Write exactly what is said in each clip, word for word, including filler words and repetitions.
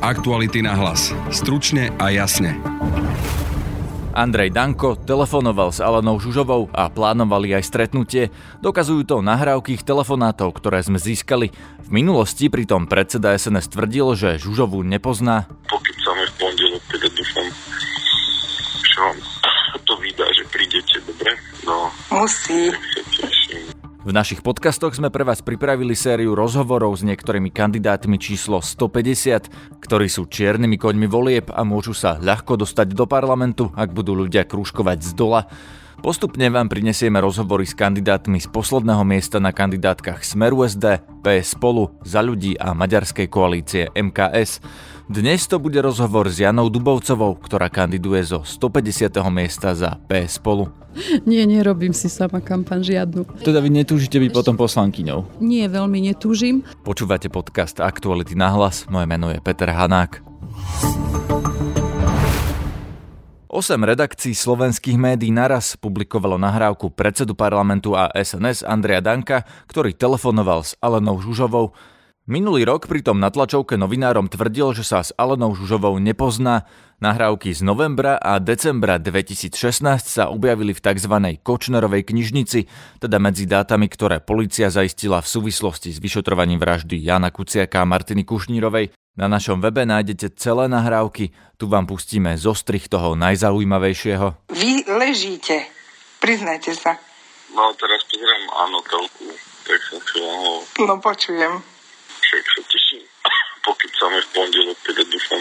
Aktuality na hlas. Stručne a jasne. Andrej Danko telefonoval s Alenou Žužovou a plánovali aj stretnutie. Dokazujú to nahrávky telefonátov, ktoré sme získali. V minulosti pritom predseda es en es tvrdil, že Žužovu nepozná. Pokýcame v pondelok, teda dúfam, že vám to vydá, že prídete, dobre? No. Musí. V našich podcastoch sme pre vás pripravili sériu rozhovorov s niektorými kandidátmi číslo stopäťdesiat, ktorí sú čiernymi koňmi volieb a môžu sa ľahko dostať do parlamentu, ak budú ľudia krúžkovať z dola. Postupne vám prinesieme rozhovory s kandidátmi z posledného miesta na kandidátkach Smeru es dé, pé es Spolu, Za ľudí a maďarskej koalície em ká es. Dnes to bude rozhovor s Janou Dubovcovou, ktorá kandiduje zo stopäťdesiateho miesta za pé es Spolu. Nie, nerobím si sama kampaň žiadnu. Teda vy netúžite byť potom poslankyňou? Nie, veľmi netúžim. Počúvate podcast Aktuality na hlas, moje meno je Peter Hanák. Osem redakcií slovenských médií naraz publikovalo nahrávku predsedu parlamentu a es en es Andreja Danka, ktorý telefonoval s Alenou Žužovou. Minulý rok pritom na tlačovke novinárom tvrdil, že sa s Alenou Žužovou nepozná. Nahrávky z novembra a decembra dvetisícšestnásť sa objavili v tzv. Kočnerovej knižnici, teda medzi dátami, ktoré polícia zaistila v súvislosti s vyšetrovaním vraždy Jána Kuciaka a Martiny Kušnírovej. Na našom webe nájdete celé nahrávky, tu vám pustíme zostrih toho najzaujímavejšieho. Vy ležíte, priznajte sa. No teraz pozerám áno telku, tak som si mohol... No počujem. Však sa teším. Pokýcame v pondelok, teda dúfam,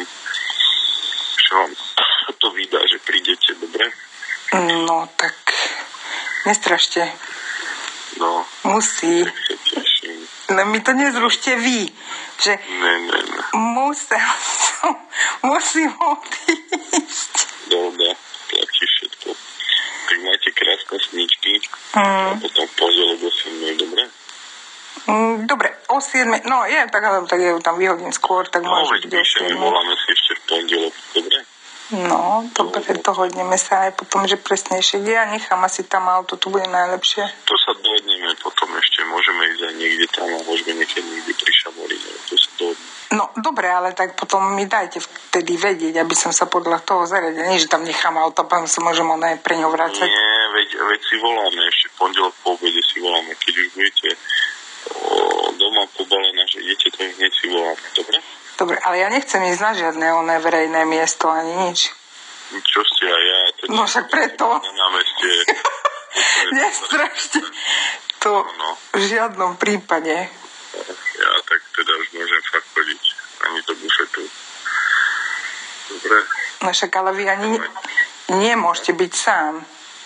že vám to vydá, že prídete, dobre? No tak nestrašte. No. Musí. Tak sa teším. No mi to nezrušte vy, že Ne, ne, ne. musel som, musím odísť. Dobre, platí všetko. Tak majte krásne sníčky Mm. a potom v pondelok o siedmej, dobre? Mm, Dobre, o siedmej, no je, tak, ale tak je tam vyhodím skôr, tak No, môže veď byť o píšeme, siedmej. voláme si ešte v pondelok, dobre? No, dobre, dohodneme sa aj potom, že presnejšie. Ja nechám asi tam auto, to bude najlepšie. To sa dohodneme, potom ešte môžeme ísť aj niekde tam a môžeme niekedy niekde pri Šamori, no, to sa dohodneme. No, dobre, ale tak potom mi dajte vtedy vedieť, aby som sa podľa toho zariadila. Nie, že tam nechám auto, potom sa môžem ona aj pre ňou vrácať. Nie, veď, veď si voláme, ešte v pondelok po obede si voláme, keď už budete o, doma pobalená, že idete, to hneď si voláme, dobre? Dobre, ale ja nechcem ísť na žiadne oné verejné miesto, ani nič. Čo ste a ja? To No však preto. Na námestie. Nestrašte. To No. v žiadnom prípade. Ja tak teda už môžem fakt chodiť ani do bufetu. Dobre. No však ale vy ani ne- nemôžete byť sám.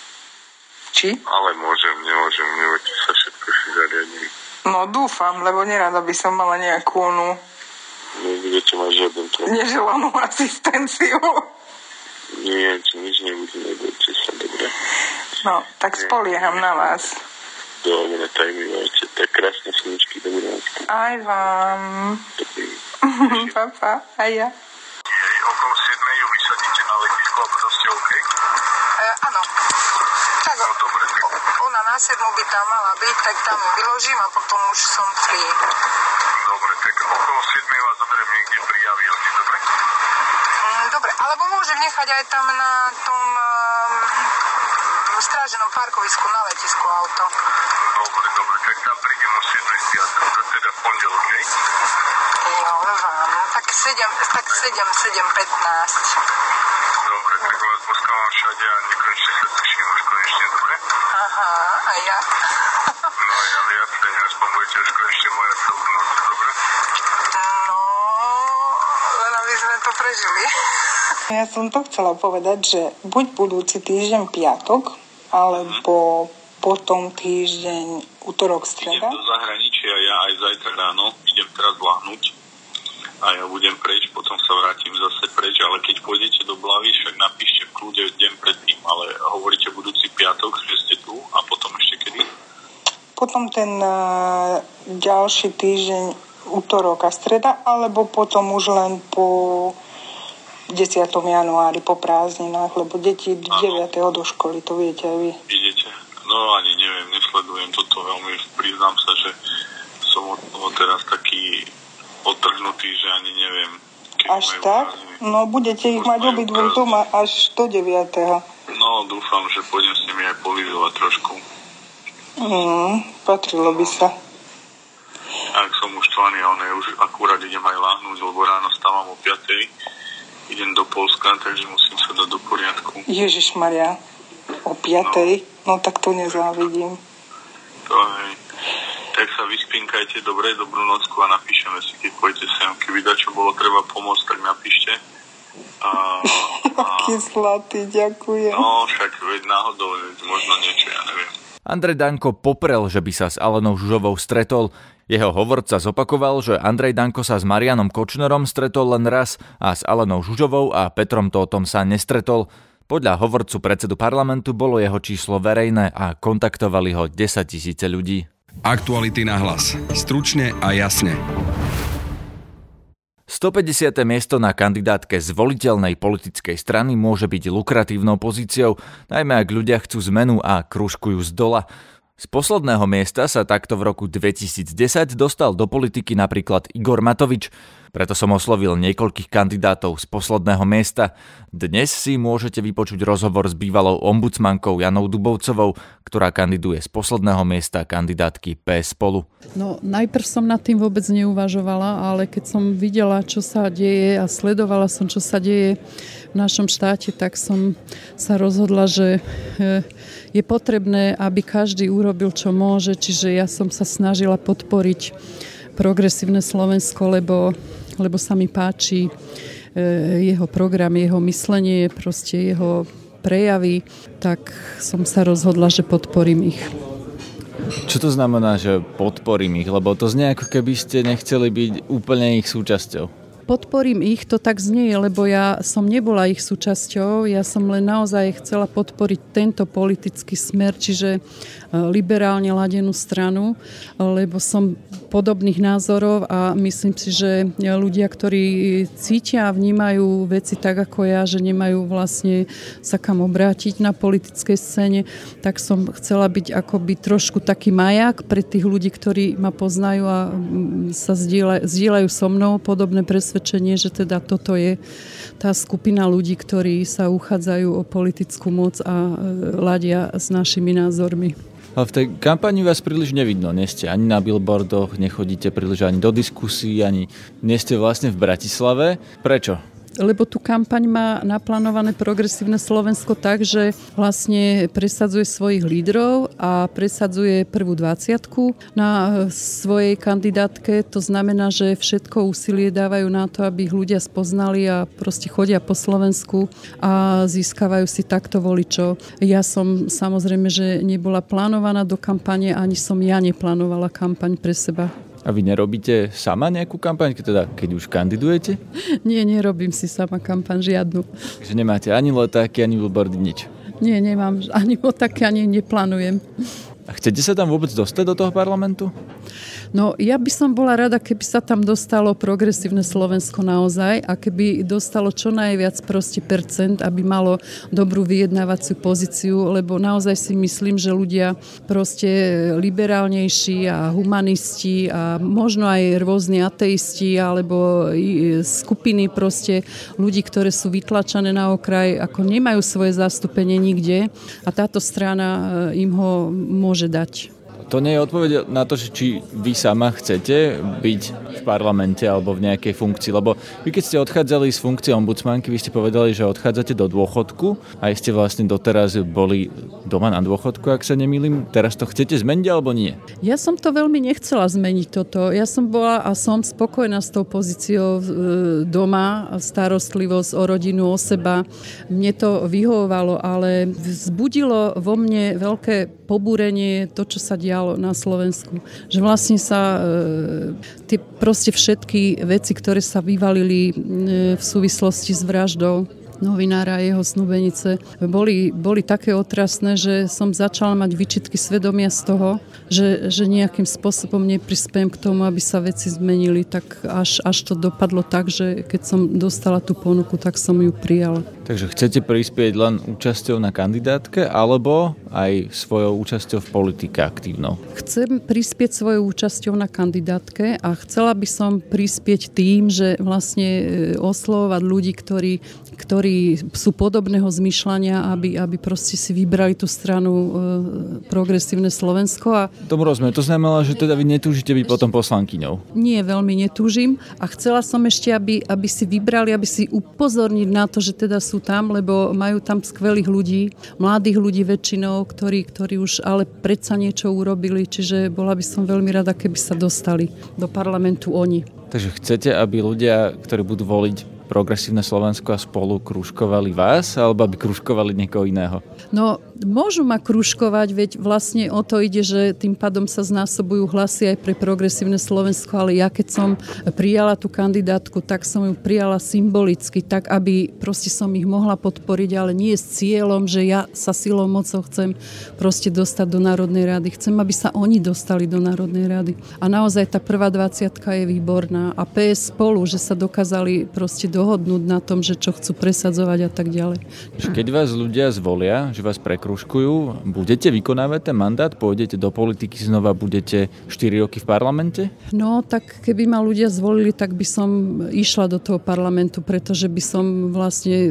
Či? Ale môžem, nemôžem, nebojte sa, všetko si zariadím. No dúfam, lebo nerada by som mala nejakú onú Nebudete mať žiaden problém. neželanú asistenciu. Nie, či nič nebude, nebojte sa, dobre. No, tak spolieham na vás. Dobre, tak mi máte tak krásne slnečky, dobré noci. Aj vám. Papa, aj ja. Hej, okolo siedmej ju vysadíte na letisku a potom ste OK? E, áno. Tak No dobre, tak ona na sedmu by tam mala byť, tak tam vyložím a potom už som free. dobre, tak okolo siedmej vás zoberiem niekde pri avióne, dobre? Mm, dobre, alebo môžem nechať aj tam na tom um, stráženom parkovisku na letisku auto. Dobre, dobre, tak tam prídem o siedmej piatej, to teda v pondelok, hej? Jo, vám. Tak sedem, tak sedem, sedem, pätnásť. Dobre, tak vás poskávam všade a nekonečne sa teším už konečne, dobre? Aha, a ja. No ja viacej, aspoň budete už konečne moja celú noc, dobre? No, len aby sme to prežili. Ja som to chcela povedať, že buď budúci týždeň piatok, alebo potom týždeň útorok, streda. Idem do zahraničia, ja aj zajtra ráno idem teraz láhnuť a ja budem preč, potom sa vrátim zase preč, ale keď pôjdete do Blavy, však napíšte v kľude deň predtým, ale hovoríte budúci piatok, že ste tu a potom ešte kedy? Potom ten uh, ďalší týždeň útorok a streda, alebo potom už len po desiatom januári po prázdninách, lebo deti deviateho do školy, to viete aj vy. Idete? No ani neviem, nesledujem toto veľmi, priznám sa, že som od toho teraz taký odtrhnutý, že ani neviem, Až tak? No budete ich mať obidvoch doma až do deviateho No, dúfam, že pôjdem s nimi aj polyzovať trošku. Mm, patrilo by sa. Ak som už člený, ale už akurát idem aj láhnuť, lebo ráno stávam o piatej. Idem do Polska, takže musím sa dať do poriadku. Ježišmaria, o piatej? No. no tak to nezávidím. To hej. Tak sa vyspinkajte dobre, dobrú nocku a napíšeme si, keď pôjdete sem. Keby dačo bolo treba pomôcť, tak napíšte. A, a... Aký zlatý, ďakujem. No, však veď náhodou, možno niečo, ja neviem. Andrej Danko poprel, že by sa s Alenou Žužovou stretol. Jeho hovorca zopakoval, že Andrej Danko sa s Marianom Kočnerom stretol len raz a s Alenou Žužovou a Petrom Tóthom sa nestretol. Podľa hovorcu predsedu parlamentu bolo jeho číslo verejné a kontaktovali ho desaťtisíce ľudí. Aktuality na hlas. Stručne a jasne. stopäťdesiate miesto na kandidátke zvoliteľnej politickej strany môže byť lukratívnou pozíciou, najmä ak ľudia chcú zmenu a kružkujú z dola. Z posledného miesta sa takto v roku dvetisícdesať dostal do politiky napríklad Igor Matovič. Preto som oslovil niekoľkých kandidátov z posledného miesta. Dnes si môžete vypočuť rozhovor s bývalou ombudsmankou Janou Dubovcovou, ktorá kandiduje z posledného miesta kandidátky pé es Spolu. No, najprv som nad tým vôbec neuvažovala, ale keď som videla, čo sa deje a sledovala som, čo sa deje v našom štáte, tak som sa rozhodla, že je potrebné, aby každý urobil, čo môže. Čiže ja som sa snažila podporiť Progresívne Slovensko, lebo, lebo sa mi páči jeho program, jeho myslenie, proste jeho prejavy, tak som sa rozhodla, že podporím ich. Čo to znamená, že podporím ich? Lebo to znie, ako keby ste nechceli byť úplne ich súčasťou. Podporím ich, to tak znie, lebo ja som nebola ich súčasťou, ja som len naozaj chcela podporiť tento politický smer, čiže liberálne ladenú stranu, lebo som podobných názorov a myslím si, že ľudia, ktorí cítia a vnímajú veci tak ako ja, že nemajú vlastne sa kam obrátiť na politickej scéne, tak som chcela byť akoby trošku taký majak pre tých ľudí, ktorí ma poznajú a sa zdieľajú, zdieľajú so mnou podobné presvedčenie, že teda toto je tá skupina ľudí, ktorí sa uchádzajú o politickú moc a ladia s našimi názormi. Ale v tej kampani vás príliš nevidno, nie ste ani na billboardoch, nechodíte príliš ani do diskusí, ani nie ste vlastne v Bratislave. Prečo? Lebo tú kampaň má naplánované Progresívne Slovensko tak, že vlastne presadzuje svojich lídrov a presadzuje prvú dvadsiatku na svojej kandidátke. To znamená, že všetko úsilie dávajú na to, aby ich ľudia spoznali a proste chodia po Slovensku a získavajú si takto voličov. Ja som samozrejme, že nebola plánovaná do kampane, ani som ja neplánovala kampaň pre seba. A vy nerobíte sama nejakú kampaň, teda keď už kandidujete? Nie, nerobím si sama kampaň žiadnu. Takže nemáte ani letáky, ani billboardy, nič? Nie, nemám ani letáky, ani neplánujem. A chcete sa tam vôbec dostať do toho parlamentu? No, ja by som bola rada, keby sa tam dostalo Progresívne Slovensko naozaj a keby dostalo čo najviac proste percent, aby malo dobrú vyjednávaciu pozíciu, lebo naozaj si myslím, že ľudia proste liberálnejší a humanisti a možno aj rôzni ateisti alebo skupiny proste ľudí, ktoré sú vytlačené na okraj, ako nemajú svoje zastúpenie nikde a táto strana im ho môže dať. To nie je odpoveď na to, že či vy sama chcete byť v parlamente alebo v nejakej funkcii, lebo vy keď ste odchádzali z funkcie ombudsmanky, vy ste povedali, že odchádzate do dôchodku a ste vlastne doteraz boli doma na dôchodku, ak sa nemýlim. Teraz to chcete zmeniť alebo nie? Ja som to veľmi nechcela zmeniť toto. Ja som bola a som spokojná s tou pozíciou doma, starostlivosť o rodinu, o seba. Mne to vyhovovalo, ale vzbudilo vo mne veľké pobúrenie to, čo sa dialo na Slovensku. Že vlastne sa e, tie proste všetky veci, ktoré sa vyvalili e, v súvislosti s vraždou novinára a jeho snúbenice, boli, boli také otrasné, že som začala mať výčitky svedomia z toho, že, že nejakým spôsobom neprispiem k tomu, aby sa veci zmenili, tak až, až to dopadlo tak, že keď som dostala tú ponuku, tak som ju prijala. Takže chcete prispieť len účasťou na kandidátke alebo aj svojou účasťou v politike aktívnou? Chcem prispieť svojou účasťou na kandidátke a chcela by som prispieť tým, že vlastne oslovovať ľudí, ktorí, ktorí sú podobného zmýšľania, aby, aby proste si vybrali tú stranu e, Progresívne Slovensko. A tomu rozumiem. To znamená, že teda vy netúžite byť potom poslankyňou? Nie, veľmi netúžim a chcela som ešte, aby, aby si vybrali, aby si upozorniť na to, že teda sú tam, lebo majú tam skvelých ľudí, mladých ľudí väčšinou, ktorí, ktorí už ale predsa niečo urobili, čiže bola by som veľmi rada, keby sa dostali do parlamentu oni. Takže chcete, aby ľudia, ktorí budú voliť Progresívne Slovensko a Spolu krúžkovali vás, alebo aby krúžkovali niekoho iného? No, môžu ma krúžkovať, veď vlastne o to ide, že tým pádom sa znásobujú hlasy aj pre Progresívne Slovensko, ale ja keď som prijala tú kandidátku, tak som ju prijala symbolicky, tak aby proste som ich mohla podporiť, ale nie s cieľom, že ja sa silou mocou chcem proste dostať do Národnej rady. Chcem, aby sa oni dostali do Národnej rady. A naozaj tá prvá dvadsiatka je výborná. A pé es Spolu, že sa dokázali proste dohodnúť na tom, že čo chcú presadzovať a tak ďalej. Keď vás ľudia zvolia, že vás prekružkujú, budete vykonávať ten mandát, pôjdete do politiky znova, budete štyri roky v parlamente? No, tak keby ma ľudia zvolili, tak by som išla do toho parlamentu, pretože by som vlastne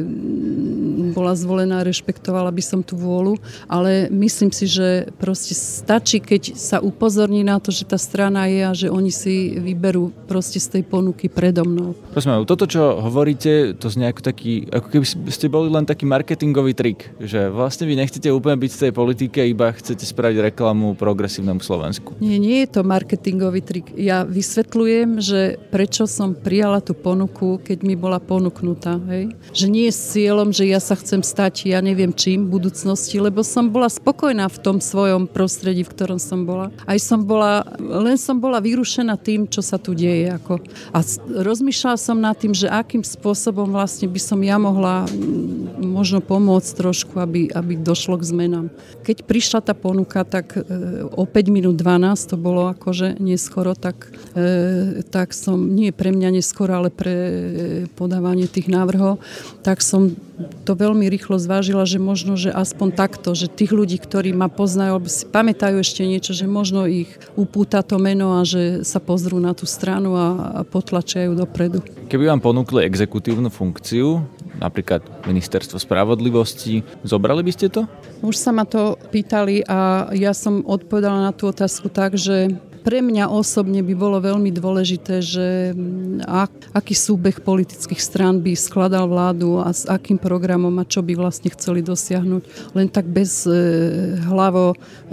bola zvolená, rešpektovala by som tú vôľu, ale myslím si, že proste stačí, keď sa upozorní na to, že tá strana je a že oni si vyberú proste z tej ponuky predo mnou. Prosím, toto, čo hovoríte, to znie ako taký, ako keby ste boli len taký marketingový trik, že vlastne vy nechcete úplne byť v tej politike, iba chcete spraviť reklamu Progresívnemu Slovensku. Nie, nie je to marketingový trik. Ja vysvetľujem, že prečo som prijala tú ponuku, keď mi bola ponúknutá. Hej? Že nie je s cieľom, že ja sa chcem stať, ja neviem čím v budúcnosti, lebo som bola spokojná v tom svojom prostredí, v ktorom som bola. Aj som bola, len som bola vyrušená tým, čo sa tu deje. Ako. A rozmýšľala som nad tým, že akým spôsobom vlastne by som ja mohla možno pomôcť trošku, aby, aby došlo k zmenám. Keď prišla tá ponuka, tak e, o päť minút dvanásť, to bolo akože neskoro, tak, e, tak som, nie pre mňa neskoro, ale pre podávanie tých návrhov, tak som to veľmi rýchlo zvážila, že možno, že aspoň takto, že tých ľudí, ktorí ma poznajú, alebo si pamätajú ešte niečo, že možno ich upúta to meno a že sa pozrú na tú stranu a, a potlačajú dopredu. Keby vám ponúkli exekutívnu funkciu, napríklad Ministerstvo spravodlivosti, zobrali by ste to? Už sa ma to pýtali a ja som odpovedala na tú otázku tak, že pre mňa osobne by bolo veľmi dôležité, že ak, aký súbeh politických strán by skladal vládu a s akým programom a čo by vlastne chceli dosiahnuť. Len tak bez e, hlavo, e,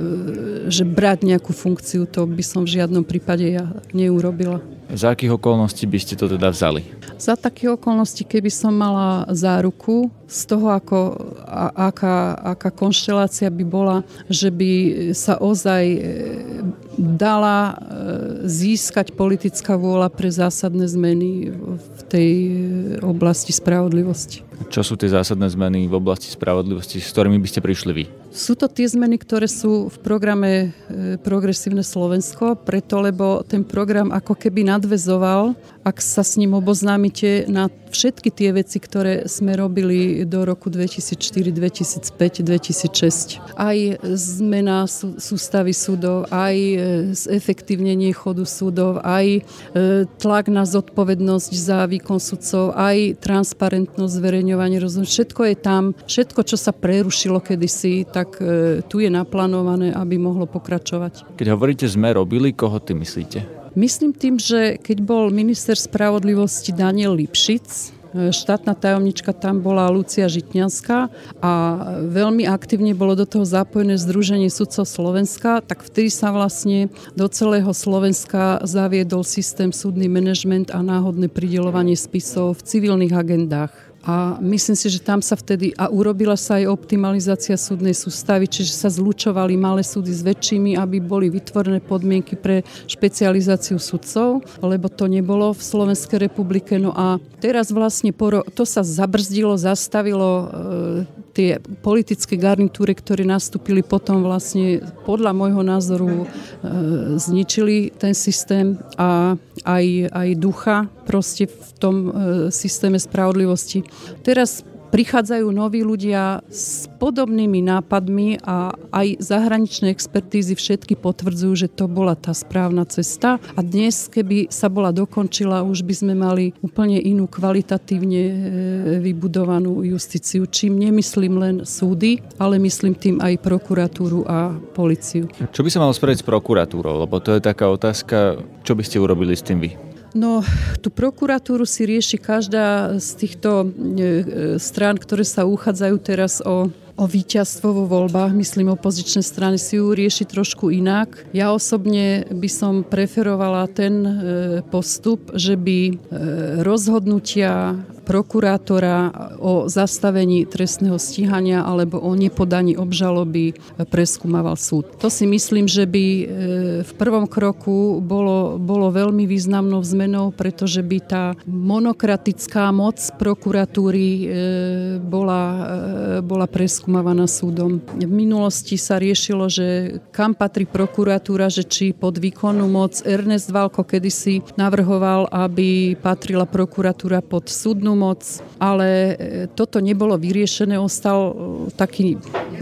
že brať nejakú funkciu, to by som v žiadnom prípade ja neurobila. Za akých okolností by ste to teda vzali? Za takých okolností, keby som mala záruku z toho, ako, a, aká, aká konštelácia by bola, že by sa ozaj dala získať politická vôľa pre zásadné zmeny v tej oblasti spravodlivosti. Čo sú tie zásadné zmeny v oblasti spravodlivosti, s ktorými by ste prišli vy? Sú to tie zmeny, ktoré sú v programe Progresívne Slovensko, preto lebo ten program ako keby nadväzoval, ak sa s ním oboznámite, na všetky tie veci, ktoré sme robili do roku dvetisícštyri, dvetisícpäť, dvetisícšesť. Aj zmena sú, sústavy súdov, aj zefektívnenie chodu súdov, aj tlak na zodpovednosť za výkon sudcov, aj transparentnosť, zverejňovanie rozhodnutí. Všetko je tam, všetko, čo sa prerušilo kedysi, tak e, tu je naplánované, aby mohlo pokračovať. Keď hovoríte sme robili, koho ty myslíte? Myslím tým, že keď bol minister spravodlivosti Daniel Lipšic, štátna tajomnička tam bola Lucia Žitňanská a veľmi aktívne bolo do toho zapojené Združenie sudcov Slovenska, tak vtedy sa vlastne do celého Slovenska zaviedol systém súdny manažment a náhodné prideľovanie spisov v civilných agendách. A myslím si, že tam sa vtedy, a urobila sa aj optimalizácia súdnej sústavy, čiže sa zlučovali malé súdy s väčšími, aby boli vytvorené podmienky pre špecializáciu sudcov, lebo to nebolo v Slovenskej republike. No a teraz vlastne to sa zabrzdilo, zastavilo, e, tie politické garnitúry, ktoré nastúpili potom vlastne podľa môjho názoru e, zničili ten systém a aj, aj ducha proste v tom e, systéme spravodlivosti. Teraz prichádzajú noví ľudia s podobnými nápadmi a aj zahraničné expertízy všetky potvrdzujú, že to bola tá správna cesta. A dnes, keby sa bola dokončila, už by sme mali úplne inú kvalitatívne vybudovanú justíciu. Čím nemyslím len súdy, ale myslím tým aj prokuratúru a políciu. Čo by sa malo spraviť s prokuratúrou? Lebo to je taká otázka, čo by ste urobili s tým vy? No, tú prokuratúru si rieši každá z týchto strán, ktoré sa uchádzajú teraz o o víťazstvo vo voľbách, myslím, opozičné strany si ju rieši trošku inak. Ja osobne by som preferovala ten postup, že by rozhodnutia prokurátora o zastavení trestného stíhania alebo o nepodaní obžaloby preskúmaval súd. To si myslím, že by v prvom kroku bolo, bolo veľmi významnou zmenou, pretože by tá monokratická moc prokuratúry bola, bola preskúmavaná súdom. V minulosti sa riešilo, že kam patrí prokuratúra, že či pod výkonnú moc. Ernest Valko kedysi navrhoval, aby patrila prokuratúra pod súdnu moc, ale toto nebolo vyriešené, ostal taký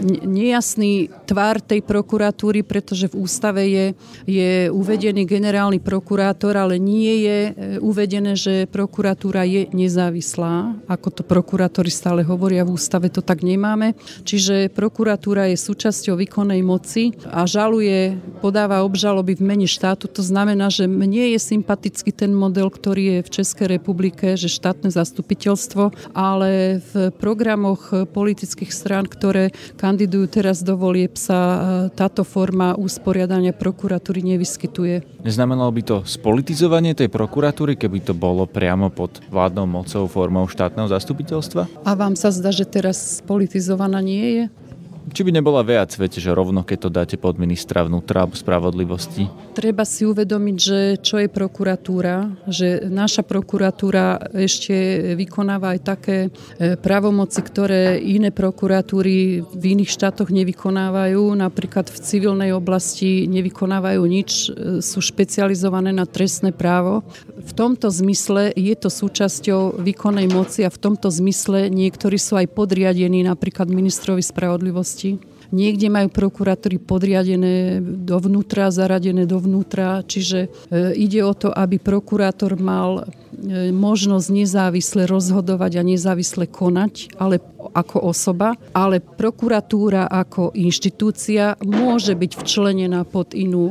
nejasný tvár tej prokuratúry, pretože v ústave je, je uvedený generálny prokurátor, ale nie je uvedené, že prokuratúra je nezávislá, ako to prokurátori stále hovoria, v ústave to tak nemáme. Čiže prokuratúra je súčasťou výkonnej moci a žaluje, podáva obžaloby v mene štátu. To znamená, že mne je sympatický ten model, ktorý je v Českej republike, že štátne zastupiteľstvo, ale v programoch politických strán, ktoré kandidujú teraz do volieb, sa táto forma usporiadania prokuratúry nevyskytuje. Neznamenalo by to spolitizovanie tej prokuratúry, keby to bolo priamo pod vládnou mocou formou štátneho zastupiteľstva? A vám sa zdá, že teraz spolitizovaná nie je? Či by nebola viac, viete, že rovno keď to dáte pod ministra vnútra alebo spravodlivosti? Treba si uvedomiť, že čo je prokuratúra, že naša prokuratúra ešte vykonáva aj také právomoci, ktoré iné prokuratúry v iných štátoch nevykonávajú. Napríklad v civilnej oblasti nevykonávajú nič, sú špecializované na trestné právo. V tomto zmysle je to súčasťou výkonnej moci a v tomto zmysle niektorí sú aj podriadení, napríklad ministrovi spravodlivosti. Niekde majú prokuratúry podriadené dovnútra, zaradené dovnútra, čiže ide o to, aby prokurátor mal možnosť nezávisle rozhodovať a nezávisle konať, ale ako osoba, ale prokuratúra ako inštitúcia môže byť včlenená pod inú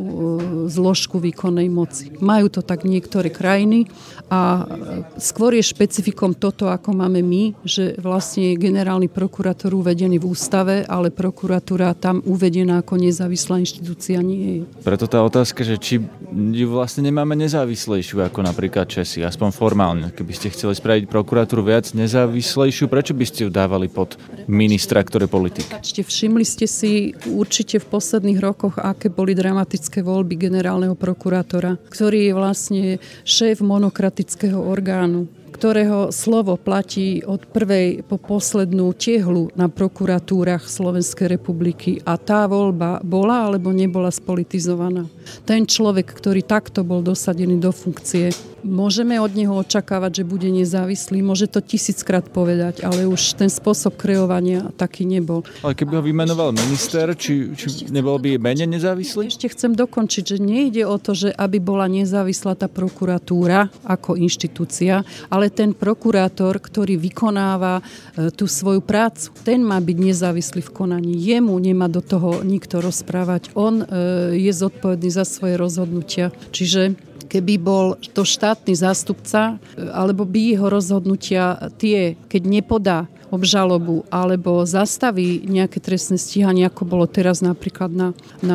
zložku výkonnej moci. Majú to tak niektoré krajiny a skôr je špecifikom toto, ako máme my, že vlastne je generálny prokurátor uvedený v ústave, ale prokuratúra tam uvedená ako nezávislá inštitúcia nie je. Preto tá otázka, že či ju vlastne nemáme nezávislejšiu ako napríklad Česi, aspoň formálne. Keby ste chceli spraviť prokuratúru viac nezávislejšiu, prečo by ste ju dávali pod ministra, ktorý je politik? Všimli ste si určite v posledných rokoch, aké boli dramatické voľby generálneho prokurátora, ktorý je vlastne šéf monokratického orgánu, ktorého slovo platí od prvej po poslednú tiehlu na prokuratúrach Slovenskej republiky a tá voľba bola alebo nebola spolitizovaná. Ten človek, ktorý takto bol dosadený do funkcie, môžeme od neho očakávať, že bude nezávislý, môže to tisíckrát povedať, ale už ten spôsob kreovania taký nebol. Ale keby ho vymenoval minister, či, či nebol by menej nezávislý? Ešte chcem dokončiť, že nejde o to, že aby bola nezávislá tá prokuratúra ako inštitúcia, ale ten prokurátor, ktorý vykonáva e, tú svoju prácu, ten má byť nezávislý v konaní. Jemu nemá do toho nikto rozprávať. On e, je zodpovedný za svoje rozhodnutia. Čiže keby bol to štátny zástupca, alebo by jeho rozhodnutia tie, keď nepodá obžalobu alebo zastaví nejaké trestné stíhanie, ako bolo teraz napríklad na, na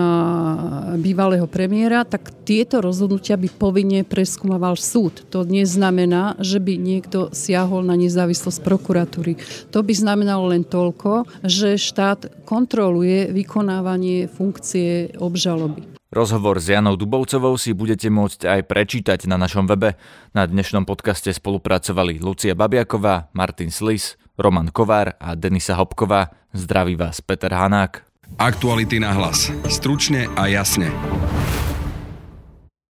bývalého premiéra, tak tieto rozhodnutia by povinne preskúmaval súd. To neznamená, že by niekto siahol na nezávislosť prokuratúry. To by znamenalo len toľko, že štát kontroluje vykonávanie funkcie obžaloby. Rozhovor s Janou Dubovcovou si budete môcť aj prečítať na našom webe. Na dnešnom podcaste spolupracovali Lucia Babiaková, Martin Slis, Roman Kovár a Denisa Hopková. Zdraví vás Peter Hanák. Aktuality na hlas. Stručne a jasne.